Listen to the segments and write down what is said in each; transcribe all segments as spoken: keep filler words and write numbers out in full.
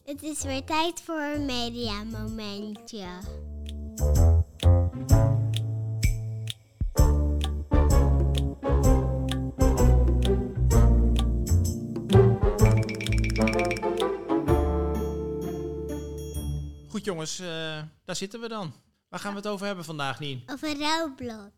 Het is weer tijd voor een mediamomentje. Goed jongens, uh, daar zitten we dan. Waar gaan we het over hebben vandaag, Nien? Over Roblox.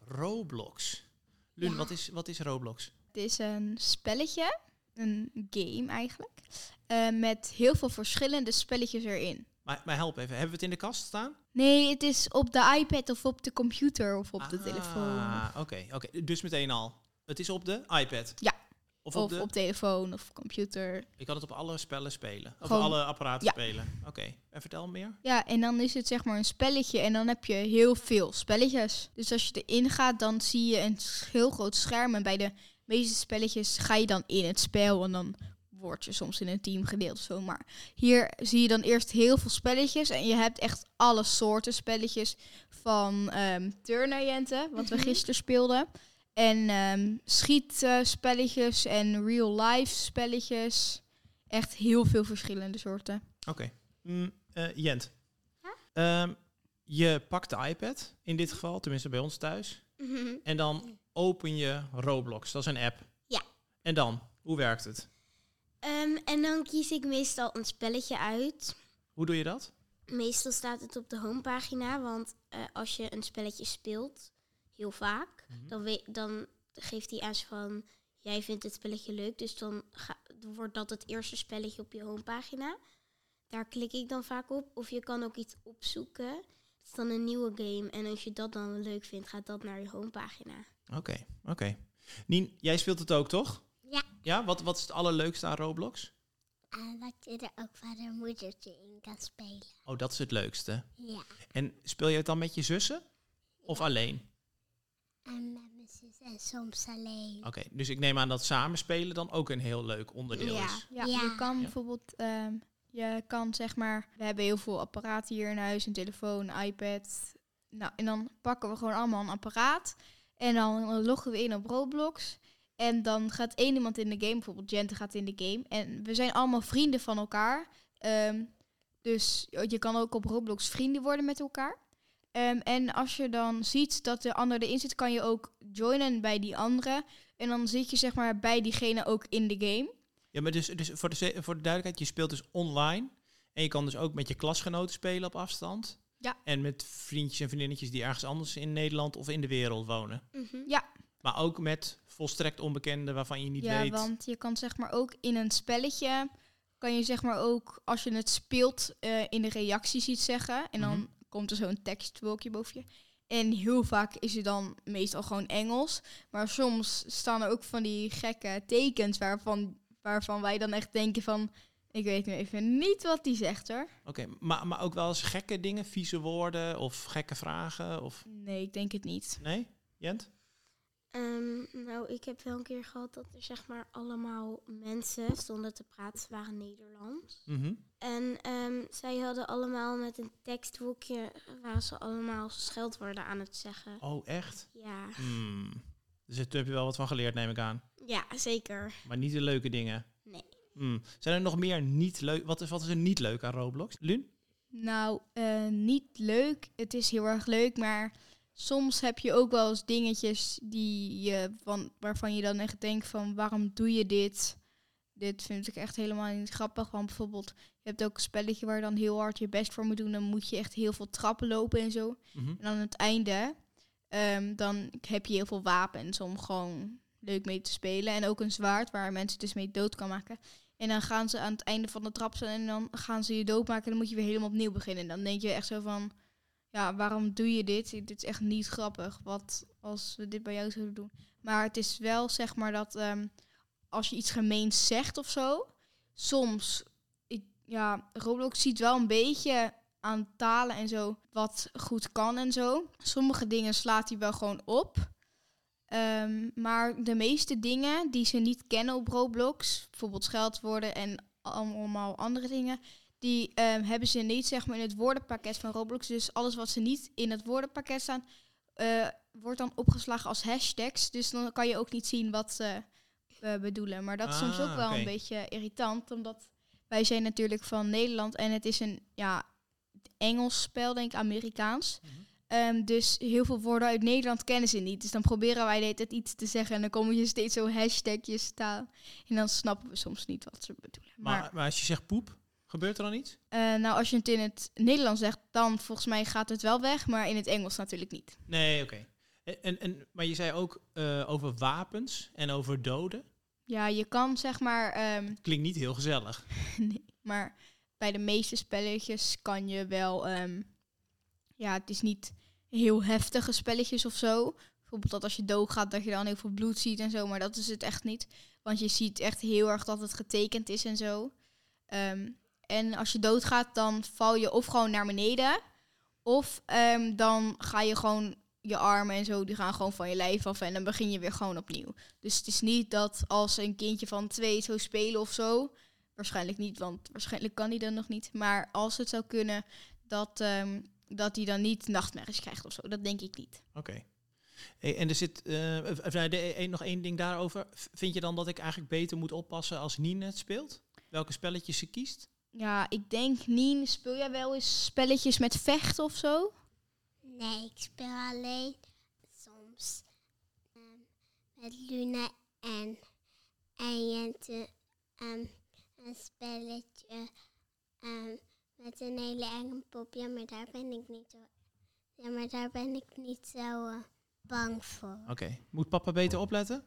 Roblox. Lun, ja. wat, is, wat is Roblox? Het is een spelletje, een game eigenlijk, uh, met heel veel verschillende spelletjes erin. Maar, maar help even, hebben we het in de kast staan? Nee, het is op de iPad of op de computer of op ah, de telefoon. Oké, okay, okay. Dus meteen al. Het is op de iPad? Ja. Of, of op, de... op telefoon of computer. Ik kan het op alle spellen spelen. Of Gewoon, alle apparaten ja. spelen. Oké, okay. En vertel meer. Ja, en dan is het zeg maar een spelletje en dan heb je heel veel spelletjes. Dus als je erin gaat, dan zie je een heel groot scherm. En bij de meeste spelletjes ga je dan in het spel en dan word je soms in een team gedeeld of zo. Maar hier zie je dan eerst heel veel spelletjes. En je hebt echt alle soorten spelletjes van um, turnajenten, wat we gisteren speelden. En um, schietspelletjes uh, en real-life spelletjes. Echt heel veel verschillende soorten. Oké. Okay. Mm, uh, Jent. Ja? Um, je pakt de iPad, in dit geval, tenminste bij ons thuis. Mm-hmm. En dan open je Roblox. Dat is een app. Ja. En dan? Hoe werkt het? Um, en dan kies ik meestal een spelletje uit. Hoe doe je dat? Meestal staat het op de homepagina. Want uh, als je een spelletje speelt, heel vaak, mm-hmm. dan, we- dan geeft hij aan van, jij vindt het spelletje leuk. Dus dan ga- wordt dat het eerste spelletje op je homepagina. Daar klik ik dan vaak op. Of je kan ook iets opzoeken. Het is dan een nieuwe game. En als je dat dan leuk vindt, gaat dat naar je homepagina. Oké, okay, oké. Okay. Nien, jij speelt het ook, toch? Ja. Ja, wat, wat is het allerleukste aan Roblox? Uh, dat je er ook vader en moedertje in kan spelen. Oh, dat is het leukste. Ja. En speel je het dan met je zussen? Of ja. alleen? En met mijn zus en soms alleen. Oké, okay, dus ik neem aan dat samenspelen dan ook een heel leuk onderdeel ja. is. Ja, ja, je kan ja. bijvoorbeeld... Um, je kan zeg maar... We hebben heel veel apparaten hier in huis. Een telefoon, een iPad. Nou, en dan pakken we gewoon allemaal een apparaat. En dan loggen we in op Roblox. En dan gaat één iemand in de game. Bijvoorbeeld Jente gaat in de game. En we zijn allemaal vrienden van elkaar. Um, dus je kan ook op Roblox vrienden worden met elkaar. Um, en als je dan ziet dat de ander erin zit, kan je ook joinen bij die andere. En dan zit je zeg maar bij diegene ook in de game. Ja, maar dus, dus voor, de, voor de duidelijkheid, je speelt dus online. En je kan dus ook met je klasgenoten spelen op afstand. Ja. En met vriendjes en vriendinnetjes die ergens anders in Nederland of in de wereld wonen. Mm-hmm. Ja. Maar ook met volstrekt onbekenden waarvan je niet ja, weet... Ja, want je kan zeg maar ook in een spelletje... kan je zeg maar ook, als je het speelt, uh, in de reacties iets zeggen. En dan mm-hmm. komt er zo'n tekstwolkje boven je. En heel vaak is het dan meestal gewoon Engels. Maar soms staan er ook van die gekke tekens waarvan, waarvan wij dan echt denken van... Ik weet nu even niet wat die zegt, hoor. Oké, okay, maar, maar ook wel eens gekke dingen, vieze woorden of gekke vragen? Of... Nee, ik denk het niet. Nee? Jent? Um, nou, ik heb wel een keer gehad dat er zeg maar allemaal mensen stonden te praten. Ze waren Nederlands. Mm-hmm. En um, zij hadden allemaal met een tekstboekje... waar ze allemaal scheldwoorden aan het zeggen. Oh, echt? Ja. Mm. Dus daar heb je wel wat van geleerd, neem ik aan. Ja, zeker. Maar niet de leuke dingen? Nee. Mm. Zijn er nog meer niet leuk? Wat is, wat is er niet leuk aan Roblox? Lun? Nou, uh, niet leuk. Het is heel erg leuk, maar soms heb je ook wel eens dingetjes die je van, waarvan je dan echt denkt van waarom doe je dit? Dit vind ik echt helemaal niet grappig. Want bijvoorbeeld, je hebt ook een spelletje waar je dan heel hard je best voor moet doen. Dan moet je echt heel veel trappen lopen en zo. Mm-hmm. En aan het einde, um, dan heb je heel veel wapens om gewoon leuk mee te spelen. En ook een zwaard waar mensen dus mee dood kan maken. En dan gaan ze aan het einde van de trap staan en dan gaan ze je doodmaken. En dan moet je weer helemaal opnieuw beginnen. En dan denk je echt zo van, ja, waarom doe je dit? Dit is echt niet grappig. Wat als we dit bij jou zouden doen? Maar het is wel, zeg maar, dat um, als je iets gemeens zegt of zo. Soms, ik, ja, Roblox ziet wel een beetje aan talen en zo wat goed kan en zo. Sommige dingen slaat hij wel gewoon op. Um, maar de meeste dingen die ze niet kennen op Roblox, bijvoorbeeld scheldwoorden en allemaal andere dingen, die um, hebben ze niet zeg maar in het woordenpakket van Roblox. Dus alles wat ze niet in het woordenpakket staan, uh, wordt dan opgeslagen als hashtags. Dus dan kan je ook niet zien wat ze uh, bedoelen. Maar dat is ah, soms ook wel okay. een beetje irritant, omdat wij zijn natuurlijk van Nederland en het is een ja, Engels spel, denk ik, Amerikaans. Mm-hmm. Um, dus heel veel woorden uit Nederland kennen ze niet. Dus dan proberen wij de hele tijd iets te zeggen en dan komen je steeds zo hashtagjes staan. En dan snappen we soms niet wat ze bedoelen. Maar, maar, maar als je zegt poep, gebeurt er dan iets? Uh, nou, als je het in het Nederlands zegt, dan volgens mij gaat het wel weg, maar in het Engels natuurlijk niet. Nee, oké. Okay. En, en, maar je zei ook uh, over wapens en over doden. Ja, je kan zeg maar... Um, Klinkt niet heel gezellig. Nee, maar bij de meeste spelletjes kan je wel... Um, ja, het is niet heel heftige spelletjes of zo. Bijvoorbeeld dat als je doodgaat, dat je dan heel veel bloed ziet en zo. Maar dat is het echt niet. Want je ziet echt heel erg dat het getekend is en zo. Um, en als je doodgaat, dan val je of gewoon naar beneden. Of um, dan ga je gewoon... je armen en zo, die gaan gewoon van je lijf af en dan begin je weer gewoon opnieuw. Dus het is niet dat als een kindje van twee zou spelen of zo, waarschijnlijk niet, want waarschijnlijk kan hij dan nog niet. Maar als het zou kunnen, dat, um, dat hij dan niet nachtmerries krijgt of zo, dat denk ik niet. Oké. Okay. Hey, en er zit uh, de, de, nog één ding daarover. Vind je dan dat ik eigenlijk beter moet oppassen als Nien het speelt? Welke spelletjes ze kiest? Ja, ik denk, Nien, speel jij wel eens spelletjes met vechten of zo? Nee, ik speel alleen soms um, met Luna en, en Jente um, een spelletje um, met een hele enge pop. Ja, maar daar ben ik niet zo, ja, maar daar ben ik niet zo uh, bang voor. Oké, okay. Moet papa beter opletten?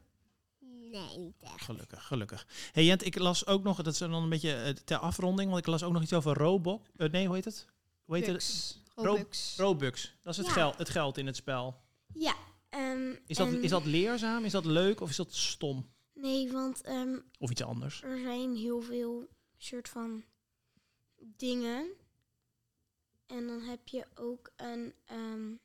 Nee, niet echt. Gelukkig, gelukkig. Hey Jent, ik las ook nog, dat is dan een beetje uh, ter afronding, want ik las ook nog iets over Roblox. Uh, nee, hoe heet het? Hoe heet Bugs. het? Robux. Robux, dat is het, ja. geld, het geld in het spel. Ja. Um, is, dat, is dat leerzaam? Is dat leuk of is dat stom? Nee, want... Um, of iets anders? Er zijn heel veel soort van dingen. En dan heb je ook een... Um,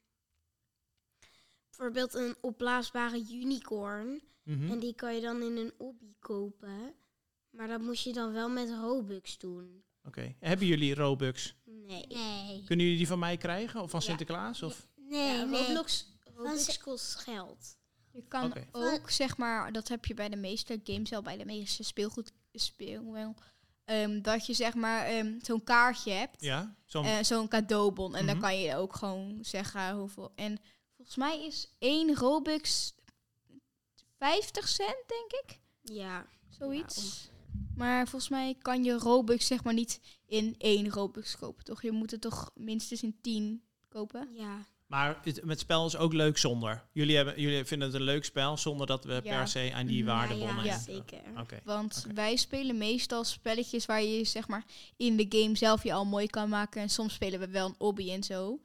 bijvoorbeeld een opblaasbare unicorn. Mm-hmm. En die kan je dan in een obby kopen. Maar dat moet je dan wel met Robux doen. Oké. Okay. Hebben jullie Robux? Nee. nee. Kunnen jullie die van mij krijgen? Of van ja. Sinterklaas? Of? Nee, ja, nee. Roblox, Robux kost geld. Je kan okay. ook, zeg maar, dat heb je bij de meeste games wel, bij de meeste speelgoed speel wel, um, dat je zeg maar um, zo'n kaartje hebt. Ja, zo'n, uh, zo'n cadeaubon. En mm-hmm. dan kan je ook gewoon zeggen hoeveel. En volgens mij is één Robux vijftig cent, denk ik. Ja. Zoiets. Ja, maar volgens mij kan je Robux zeg maar niet in één Robux kopen, toch? Je moet het toch minstens in tien kopen? Ja. Maar het met spel is ook leuk zonder. Jullie, hebben, jullie vinden het een leuk spel zonder dat we ja. per se aan die waardebonnen... Ja, ja, zeker. Okay. Want okay. wij spelen meestal spelletjes waar je zeg maar in de game zelf je al mooi kan maken. En soms spelen we wel een obby en zo.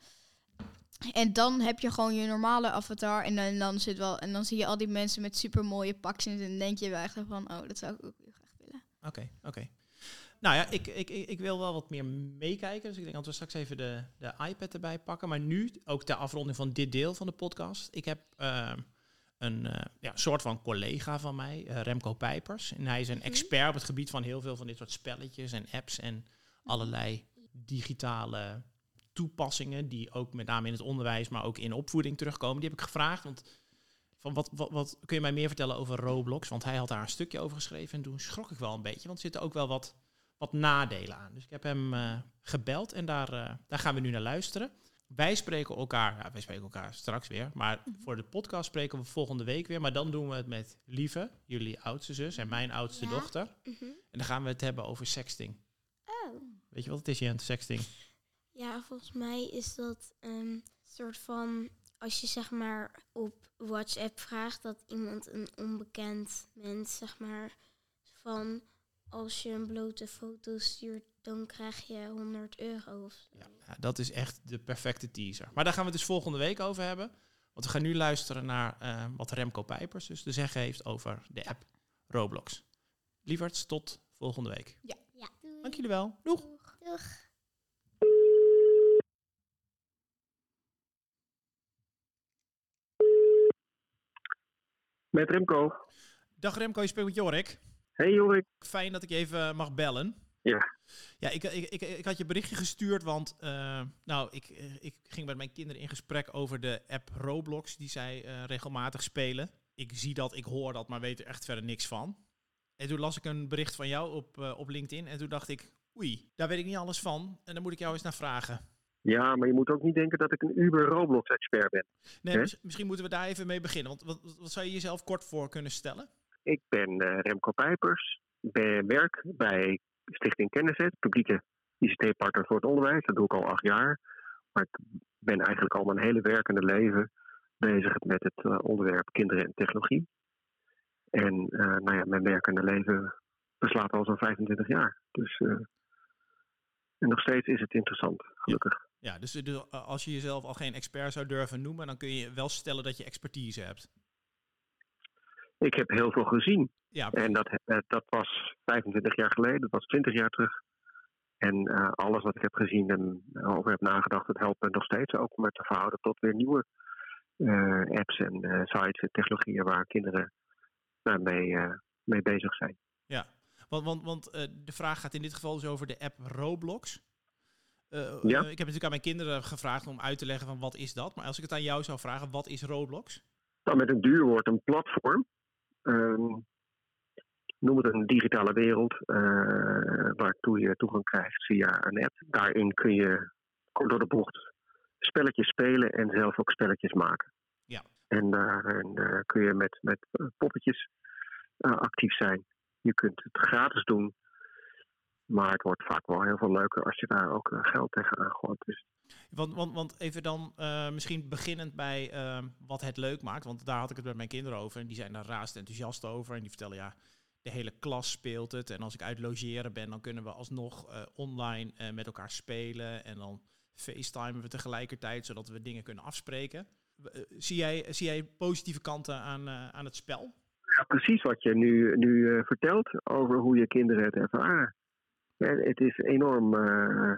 En dan heb je gewoon je normale avatar en dan, dan zit wel en dan zie je al die mensen met super mooie pakjes en dan denk je wel echt van, oh, dat zou ik ook heel graag willen. Oké, okay, oké. Okay. Nou ja, ik, ik, ik wil wel wat meer meekijken. Dus ik denk dat we straks even de, de iPad erbij pakken. Maar nu, ook ter afronding van dit deel van de podcast. Ik heb uh, een uh, ja, soort van collega van mij, uh, Remco Pijpers. En hij is een expert op het gebied van heel veel van dit soort spelletjes en apps en allerlei digitale toepassingen die ook met name in het onderwijs, maar ook in opvoeding terugkomen. Die heb ik gevraagd, want van wat, wat, wat kun je mij meer vertellen over Roblox? Want hij had daar een stukje over geschreven en toen schrok ik wel een beetje, want er zitten ook wel wat, wat nadelen aan. Dus ik heb hem uh, gebeld en daar, uh, daar gaan we nu naar luisteren. Wij spreken elkaar, ja, wij spreken elkaar straks weer, maar mm-hmm. voor de podcast spreken we volgende week weer, maar dan doen we het met Lieve, jullie oudste zus en mijn oudste ja. dochter. Mm-hmm. En dan gaan we het hebben over sexting. Oh. Weet je wat het is, Jent, sexting? Ja, volgens mij is dat een um, soort van, als je zeg maar op WhatsApp vraagt dat iemand een onbekend mens, zeg maar, van als je een blote foto stuurt, dan krijg je honderd euro of zo. Ja, ja, dat is echt de perfecte teaser. Maar daar gaan we het dus volgende week over hebben. Want we gaan nu luisteren naar uh, wat Remco Pijpers dus te zeggen heeft over de app Roblox. Lieverds, tot volgende week. Ja. ja. Dank jullie wel. Doeg. Doeg. Doeg. Met Remco. Dag Remco, je spreekt met Jorik. Hey Jorik. Fijn dat ik je even mag bellen. Ja. Ja, ik, ik, ik, ik had je berichtje gestuurd, want uh, nou, ik, ik ging met mijn kinderen in gesprek over de app Roblox, die zij uh, regelmatig spelen. Ik zie dat, ik hoor dat, maar weet er echt verder niks van. En toen las ik een bericht van jou op, uh, op LinkedIn en toen dacht ik, oei, daar weet ik niet alles van. En daar moet ik jou eens naar vragen. Ja, maar je moet ook niet denken dat ik een uber Roblox-expert ben. Nee, mis, misschien moeten we daar even mee beginnen. Want wat, wat zou je jezelf kort voor kunnen stellen? Ik ben uh, Remco Pijpers, ben, werk bij Stichting Kenniszet, publieke I C T-partner voor het onderwijs. Dat doe ik al acht jaar. Maar ik ben eigenlijk al mijn hele werkende leven bezig met het uh, onderwerp kinderen en technologie. En uh, nou ja, mijn werkende leven beslaat al zo'n vijfentwintig jaar. Dus uh, en nog steeds is het interessant, gelukkig. Ja, ja dus, dus als je jezelf al geen expert zou durven noemen, dan kun je wel stellen dat je expertise hebt. Ik heb heel veel gezien. Ja, en dat, dat was vijfentwintig jaar geleden, dat was twintig jaar terug. En uh, alles wat ik heb gezien en over heb nagedacht, dat helpt me nog steeds ook om me te verhouden tot weer nieuwe uh, apps en uh, sites en technologieën waar kinderen uh, mee, uh, mee bezig zijn. Ja, want, want, want uh, de vraag gaat in dit geval dus over de app Roblox. Uh, ja? uh, ik heb natuurlijk aan mijn kinderen gevraagd om uit te leggen van wat is dat. Maar als ik het aan jou zou vragen, wat is Roblox? Nou, met een duur woord een platform. Um, noem het een digitale wereld uh, waartoe je toegang krijgt via een app. Daarin kun je kort door de bocht spelletjes spelen en zelf ook spelletjes maken. Ja. En daarin uh, kun je met, met poppetjes uh, actief zijn. Je kunt het gratis doen, maar het wordt vaak wel heel veel leuker als je daar ook uh, geld tegenaan gooit. Dus Want, want, want even dan uh, misschien beginnend bij uh, wat het leuk maakt. Want daar had ik het met mijn kinderen over. En die zijn daar raast enthousiast over. En die vertellen, ja, de hele klas speelt het. En als ik uit logeren ben, dan kunnen we alsnog uh, online uh, met elkaar spelen. En dan facetimen we tegelijkertijd, zodat we dingen kunnen afspreken. Uh, zie, jij, zie jij positieve kanten aan, uh, aan het spel? Ja, precies wat je nu, nu uh, vertelt over hoe je kinderen het ervaren. Ja, het is enorm uh,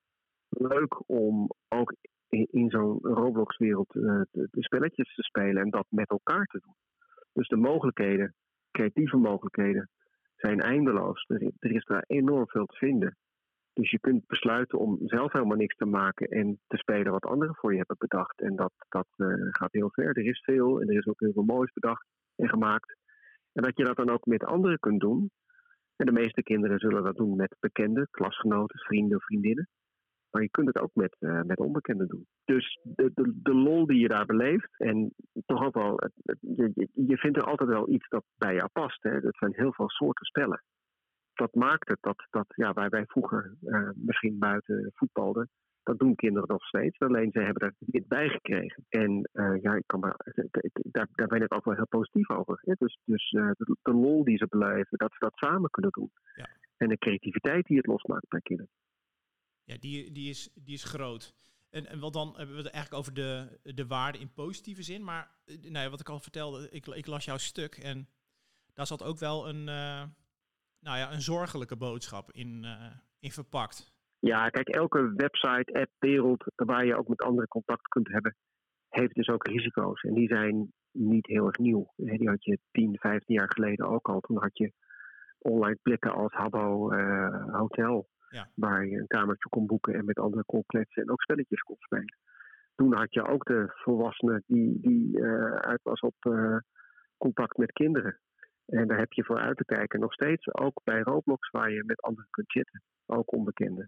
leuk om ook in, in zo'n Roblox-wereld uh, de, de spelletjes te spelen en dat met elkaar te doen. Dus de mogelijkheden, creatieve mogelijkheden, zijn eindeloos. Er, er is daar enorm veel te vinden. Dus je kunt besluiten om zelf helemaal niks te maken en te spelen wat anderen voor je hebben bedacht. En dat, dat uh, gaat heel ver. Er is veel en er is ook heel veel moois bedacht en gemaakt. En dat je dat dan ook met anderen kunt doen. En de meeste kinderen zullen dat doen met bekenden, klasgenoten, vrienden of vriendinnen. Maar je kunt het ook met, uh, met onbekenden doen. Dus de, de, de lol die je daar beleeft. En toch ook wel, je, je vindt er altijd wel iets dat bij jou past. Hè? Dat zijn heel veel soorten spellen. Dat maakt het dat, dat ja, wij, wij vroeger uh, misschien buiten voetbalden. Dat doen kinderen nog steeds. Alleen ze hebben er dit bij gekregen. En uh, ja, ik kan maar, daar, daar ben ik ook wel heel positief over. Hè? Dus, dus uh, de, de lol die ze beleven, dat ze dat samen kunnen doen. Ja. En de creativiteit die het losmaakt bij kinderen. Ja, die, die, is, die is groot. En, en wat dan hebben we het eigenlijk over de, de waarde in positieve zin. Maar nou ja, wat ik al vertelde, ik, ik las jouw stuk. En daar zat ook wel een, uh, nou ja, een zorgelijke boodschap in, uh, in verpakt. Ja, kijk, elke website, app, wereld waar je ook met anderen contact kunt hebben, heeft dus ook risico's. En die zijn niet heel erg nieuw. Die had je tien, vijftien jaar geleden ook al. Toen had je online plekken als Habbo uh, Hotel. Ja. Waar je een kamertje kon boeken en met anderen kon kletsen en ook spelletjes kon spelen. Toen had je ook de volwassenen die, die uh, uit was op uh, contact met kinderen. En daar heb je voor uit te kijken. Nog steeds, ook bij Roblox, waar je met anderen kunt chatten. Ook onbekenden.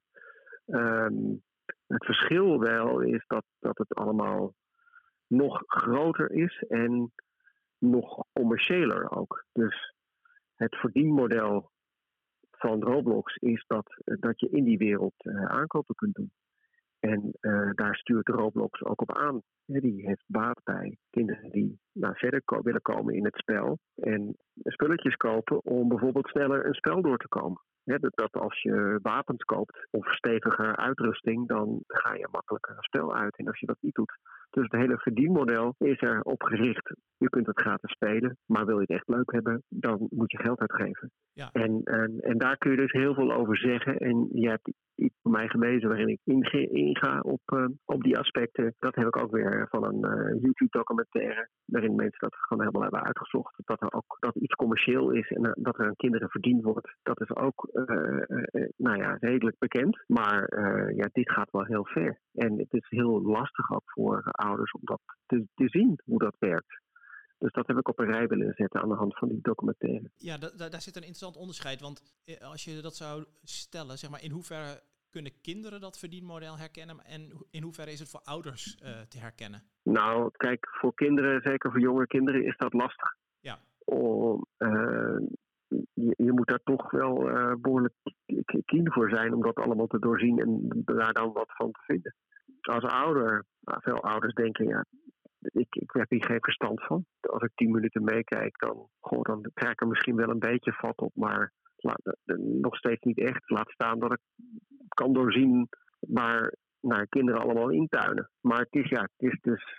Um, het verschil wel is dat, dat het allemaal nog groter is en nog commerciëler ook. Dus het verdienmodel van Roblox is dat, dat je in die wereld uh, aankopen kunt doen. En uh, daar stuurt Roblox ook op aan. He, die heeft baat bij kinderen die nou, verder ko- willen komen in het spel. En spulletjes kopen om bijvoorbeeld sneller een spel door te komen. He, dat, dat als je wapens koopt of steviger uitrusting, dan ga je makkelijker een spel uit. En als je dat niet doet. Dus het hele verdienmodel is erop gericht. Je kunt het gratis spelen, maar wil je het echt leuk hebben, dan moet je geld uitgeven. Ja. En, en, en daar kun je dus heel veel over zeggen. En je hebt iets voor mij gelezen waarin ik inge, inga op, uh, op die aspecten. Dat heb ik ook weer van een uh, YouTube-documentaire, waarin mensen dat gewoon helemaal hebben uitgezocht. Dat er ook dat iets commercieel is en uh, dat er aan kinderen verdiend wordt. Dat is ook uh, uh, nou ja, redelijk bekend. Maar uh, ja, dit gaat wel heel ver. En het is heel lastig ook voor ouders om dat te, te zien, hoe dat werkt. Dus dat heb ik op een rij willen zetten aan de hand van die documentaire. Ja, da- da- daar zit een interessant onderscheid. Want eh, als je dat zou stellen, zeg maar, in hoeverre kunnen kinderen dat verdienmodel herkennen en ho- in hoeverre is het voor ouders uh, te herkennen? Nou, kijk, voor kinderen, zeker voor jonge kinderen, is dat lastig. Ja. Om, uh, je, je moet daar toch wel uh, behoorlijk keen voor zijn om dat allemaal te doorzien en daar dan wat van te vinden. Als ouder, nou, veel ouders denken, ja, ik, ik heb hier geen verstand van. Als ik tien minuten meekijk, dan, goh, dan krijg ik er misschien wel een beetje vat op, maar laat, nog steeds niet echt. Laat staan dat ik kan doorzien waar naar kinderen allemaal intuinen. Maar het is, ja, het is dus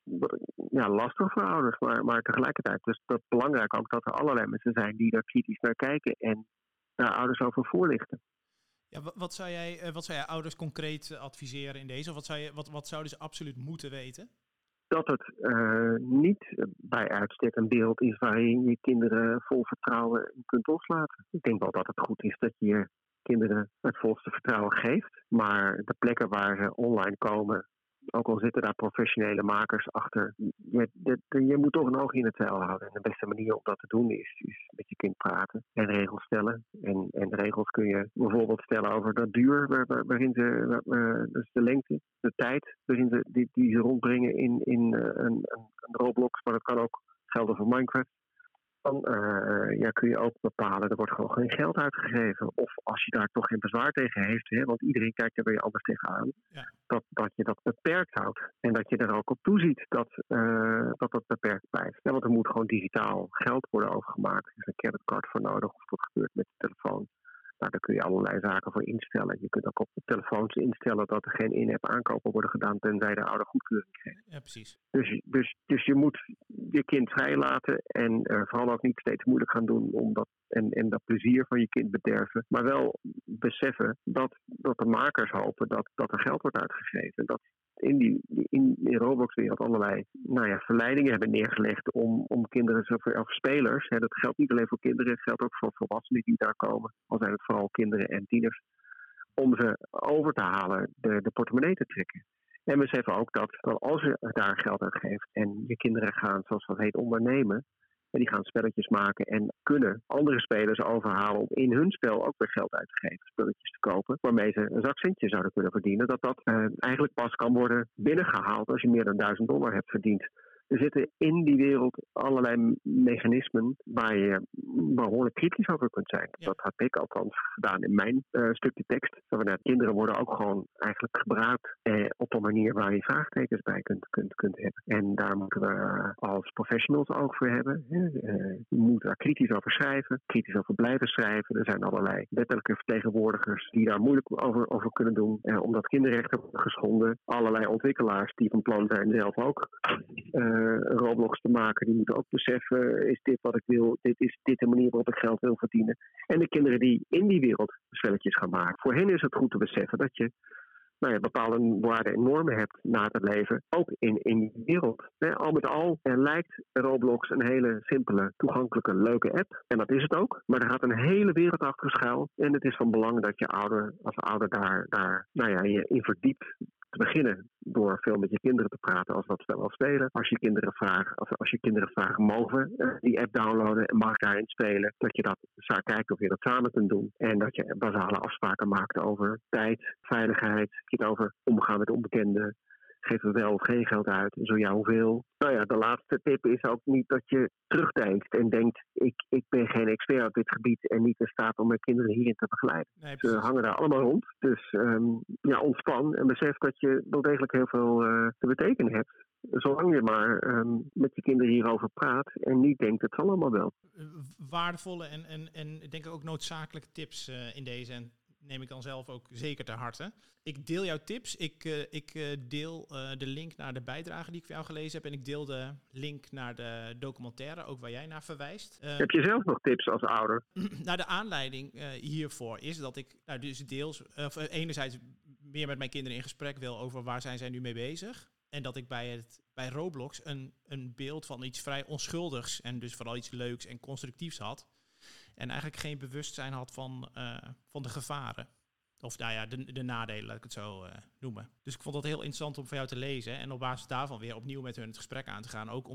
ja, lastig voor ouders, maar, maar tegelijkertijd is het belangrijk ook dat er allerlei mensen zijn die daar kritisch naar kijken en daar ouders over voorlichten. Ja, wat zou jij, wat zou jij ouders concreet adviseren in deze? Of wat, zou je, wat, wat zouden ze absoluut moeten weten? Dat het uh, niet bij uitstek een beeld is waarin je kinderen vol vertrouwen kunt loslaten. Ik denk wel dat het goed is dat je je kinderen het volste vertrouwen geeft. Maar de plekken waar ze online komen, ook al zitten daar professionele makers achter, je, de, de, je moet toch een oog in het zeil houden. En de beste manier om dat te doen is, is met je kind praten en regels stellen. En, en regels kun je bijvoorbeeld stellen over de duur waar, waar, waarin ze, waar, dus de lengte, de tijd waarin ze, die, die ze rondbrengen in, in uh, een, een, een Roblox, maar dat kan ook gelden voor Minecraft. Dan uh, ja, kun je ook bepalen, er wordt gewoon geen geld uitgegeven. Of als je daar toch geen bezwaar tegen heeft, hè, want iedereen kijkt er weer anders tegenaan, ja. dat, dat je dat beperkt houdt. En dat je er ook op toeziet dat, uh, dat dat beperkt blijft. Ja, want er moet gewoon digitaal geld worden overgemaakt. Er is een creditcard voor nodig, of dat gebeurt met de telefoon. Nou, daar kun je allerlei zaken voor instellen. Je kunt ook op de telefoons instellen dat er geen in-app aankopen worden gedaan tenzij de ouder goedkeuring geeft. Ja, precies. Dus, dus, dus je moet je kind vrij laten en uh, vooral ook niet steeds moeilijk gaan doen om dat, en, en dat plezier van je kind bederven. Maar wel beseffen dat, dat de makers hopen dat, dat er geld wordt uitgegeven. Dat in die, in die Roblox-wereld allerlei nou ja, verleidingen hebben neergelegd om, om kinderen, of spelers, hè, dat geldt niet alleen voor kinderen, het geldt ook voor volwassenen die daar komen, al zijn het vooral kinderen en tieners, om ze over te halen, de, de portemonnee te trekken. En we beseffen ook dat, dat als je daar geld aan geeft en je kinderen gaan, zoals dat heet, ondernemen, en die gaan spelletjes maken en kunnen andere spelers overhalen om in hun spel ook weer geld uit te geven, spulletjes te kopen, waarmee ze een zak centjes zouden kunnen verdienen, dat dat uh, eigenlijk pas kan worden binnengehaald als je meer dan duizend dollar hebt verdiend. Er zitten in die wereld allerlei mechanismen waar je behoorlijk kritisch over kunt zijn. Ja. Dat heb ik althans gedaan in mijn uh, stukje tekst. Dat kinderen worden ook gewoon eigenlijk gebruikt eh, op een manier waar je vraagtekens bij kunt, kunt, kunt hebben. En daar moeten we als professionals oog voor hebben. Uh, je moet daar kritisch over schrijven, kritisch over blijven schrijven. Er zijn allerlei wettelijke vertegenwoordigers die daar moeilijk over, over kunnen doen. Uh, omdat kinderrechten worden geschonden. Allerlei ontwikkelaars die van plan zijn zelf ook Uh, Roblox te maken, die moeten ook beseffen, is dit wat ik wil, dit is dit de manier waarop ik geld wil verdienen. En de kinderen die in die wereld spelletjes gaan maken. Voor hen is het goed te beseffen dat je nou ja, bepaalde waarden en normen hebt na het leven, ook in, in die wereld. He, al met al er lijkt Roblox een hele simpele, toegankelijke, leuke app. En dat is het ook. Maar er gaat een hele wereld achter schuil. En het is van belang dat je ouder, als ouder daar, daar nou ja, je in verdiept. Te beginnen door veel met je kinderen te praten als dat spel al spelen. Als je kinderen vragen, als, als je kinderen vragen mogen uh, die app downloaden en mag daarin spelen, dat je dat zou kijken of je dat samen kunt doen. En dat je basale afspraken maakt over tijd, veiligheid, dat je het over omgaan met onbekenden. Geven we wel of geen geld uit? Zo ja, hoeveel? Nou ja, de laatste tip is ook niet dat je terugdenkt en denkt, ik, ik ben geen expert op dit gebied en niet in staat om mijn kinderen hierin te begeleiden. Nee, ze hangen daar allemaal rond. Dus um, ja, ontspan en besef dat je wel degelijk heel veel uh, te betekenen hebt. Zolang je maar um, met je kinderen hierover praat en niet denkt, het zal allemaal wel. Waardevolle en, en, en denk ik ook noodzakelijke tips uh, in deze en neem ik dan zelf ook zeker ter harte. Ik deel jouw tips. Ik, uh, ik uh, deel uh, de link naar de bijdrage die ik voor jou gelezen heb. En ik deel de link naar de documentaire, ook waar jij naar verwijst. Uh, heb je zelf nog tips als ouder? Nou, de aanleiding uh, hiervoor is dat ik nou, dus deels, uh, enerzijds meer met mijn kinderen in gesprek wil over waar zijn zij nu mee bezig. En dat ik bij, het, bij Roblox een, een beeld van iets vrij onschuldigs en dus vooral iets leuks en constructiefs had. En eigenlijk geen bewustzijn had van, uh, van de gevaren. Of nou ja, de, de nadelen, laat ik het zo uh, noemen. Dus ik vond dat heel interessant om voor jou te lezen. En op basis daarvan weer opnieuw met hun het gesprek aan te gaan. Ook om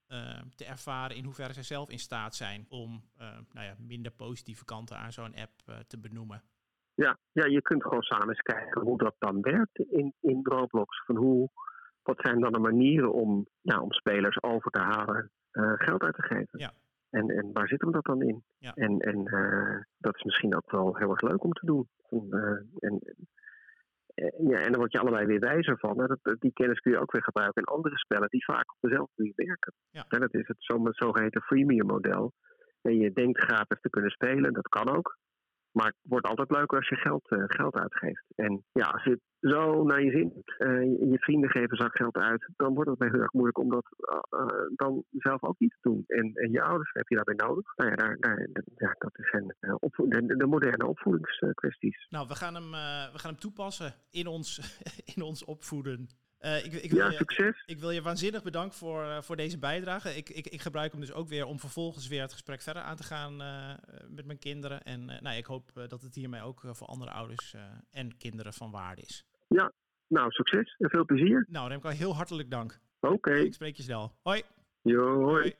uh, te ervaren in hoeverre zij zelf in staat zijn om uh, nou ja, minder positieve kanten aan zo'n app uh, te benoemen. Ja, ja, je kunt gewoon samen eens kijken hoe dat dan werkt in, in Roblox. Van hoe, wat zijn dan de manieren om, nou, om spelers over te halen uh, geld uit te geven? Ja. En, en waar zit hem dat dan in? Ja. En, en uh, dat is misschien ook wel heel erg leuk om te doen. Van, uh, en, ja, en dan word je allebei weer wijzer van. Dat, die kennis kun je ook weer gebruiken in andere spellen die vaak op dezelfde manier werken. Ja. En dat is het zogeheten freemium model. En je denkt gratis te kunnen spelen, dat kan ook. Maar het wordt altijd leuker als je geld, uh, geld uitgeeft. En ja, als je het zo naar je zin hebt, uh, je vrienden geven zak geld uit, dan wordt het bij heel erg moeilijk om dat uh, dan zelf ook niet te doen. En, en je ouders heb je daarbij nodig. Nou ja, daar, daar, ja dat zijn uh, opvo- de, de moderne opvoedingskwesties. Nou, we gaan hem, uh, we gaan hem toepassen in ons, in ons opvoeden. Uh, ik, ik wil ja, je, succes. Ik wil je waanzinnig bedanken voor, uh, voor deze bijdrage. Ik, ik, ik gebruik hem dus ook weer om vervolgens weer het gesprek verder aan te gaan uh, met mijn kinderen. En uh, nou, ik hoop uh, dat het hiermee ook uh, voor andere ouders uh, en kinderen van waarde is. Ja, nou, succes en veel plezier. Nou, Remco, heel hartelijk dank. Oké. Okay. Ik spreek je snel. Hoi. Jo, hoi. hoi.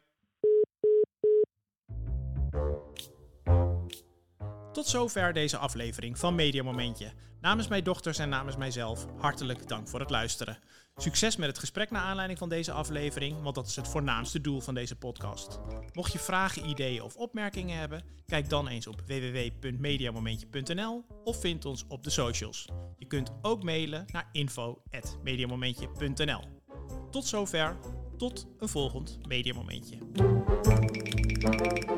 Tot zover deze aflevering van Media Momentje. Namens mijn dochters en namens mijzelf, hartelijk dank voor het luisteren. Succes met het gesprek naar aanleiding van deze aflevering, want dat is het voornaamste doel van deze podcast. Mocht je vragen, ideeën of opmerkingen hebben, kijk dan eens op w w w punt mediamomentje punt n l of vind ons op de socials. Je kunt ook mailen naar info at mediamomentje punt n l. Tot zover, tot een volgend Media Momentje.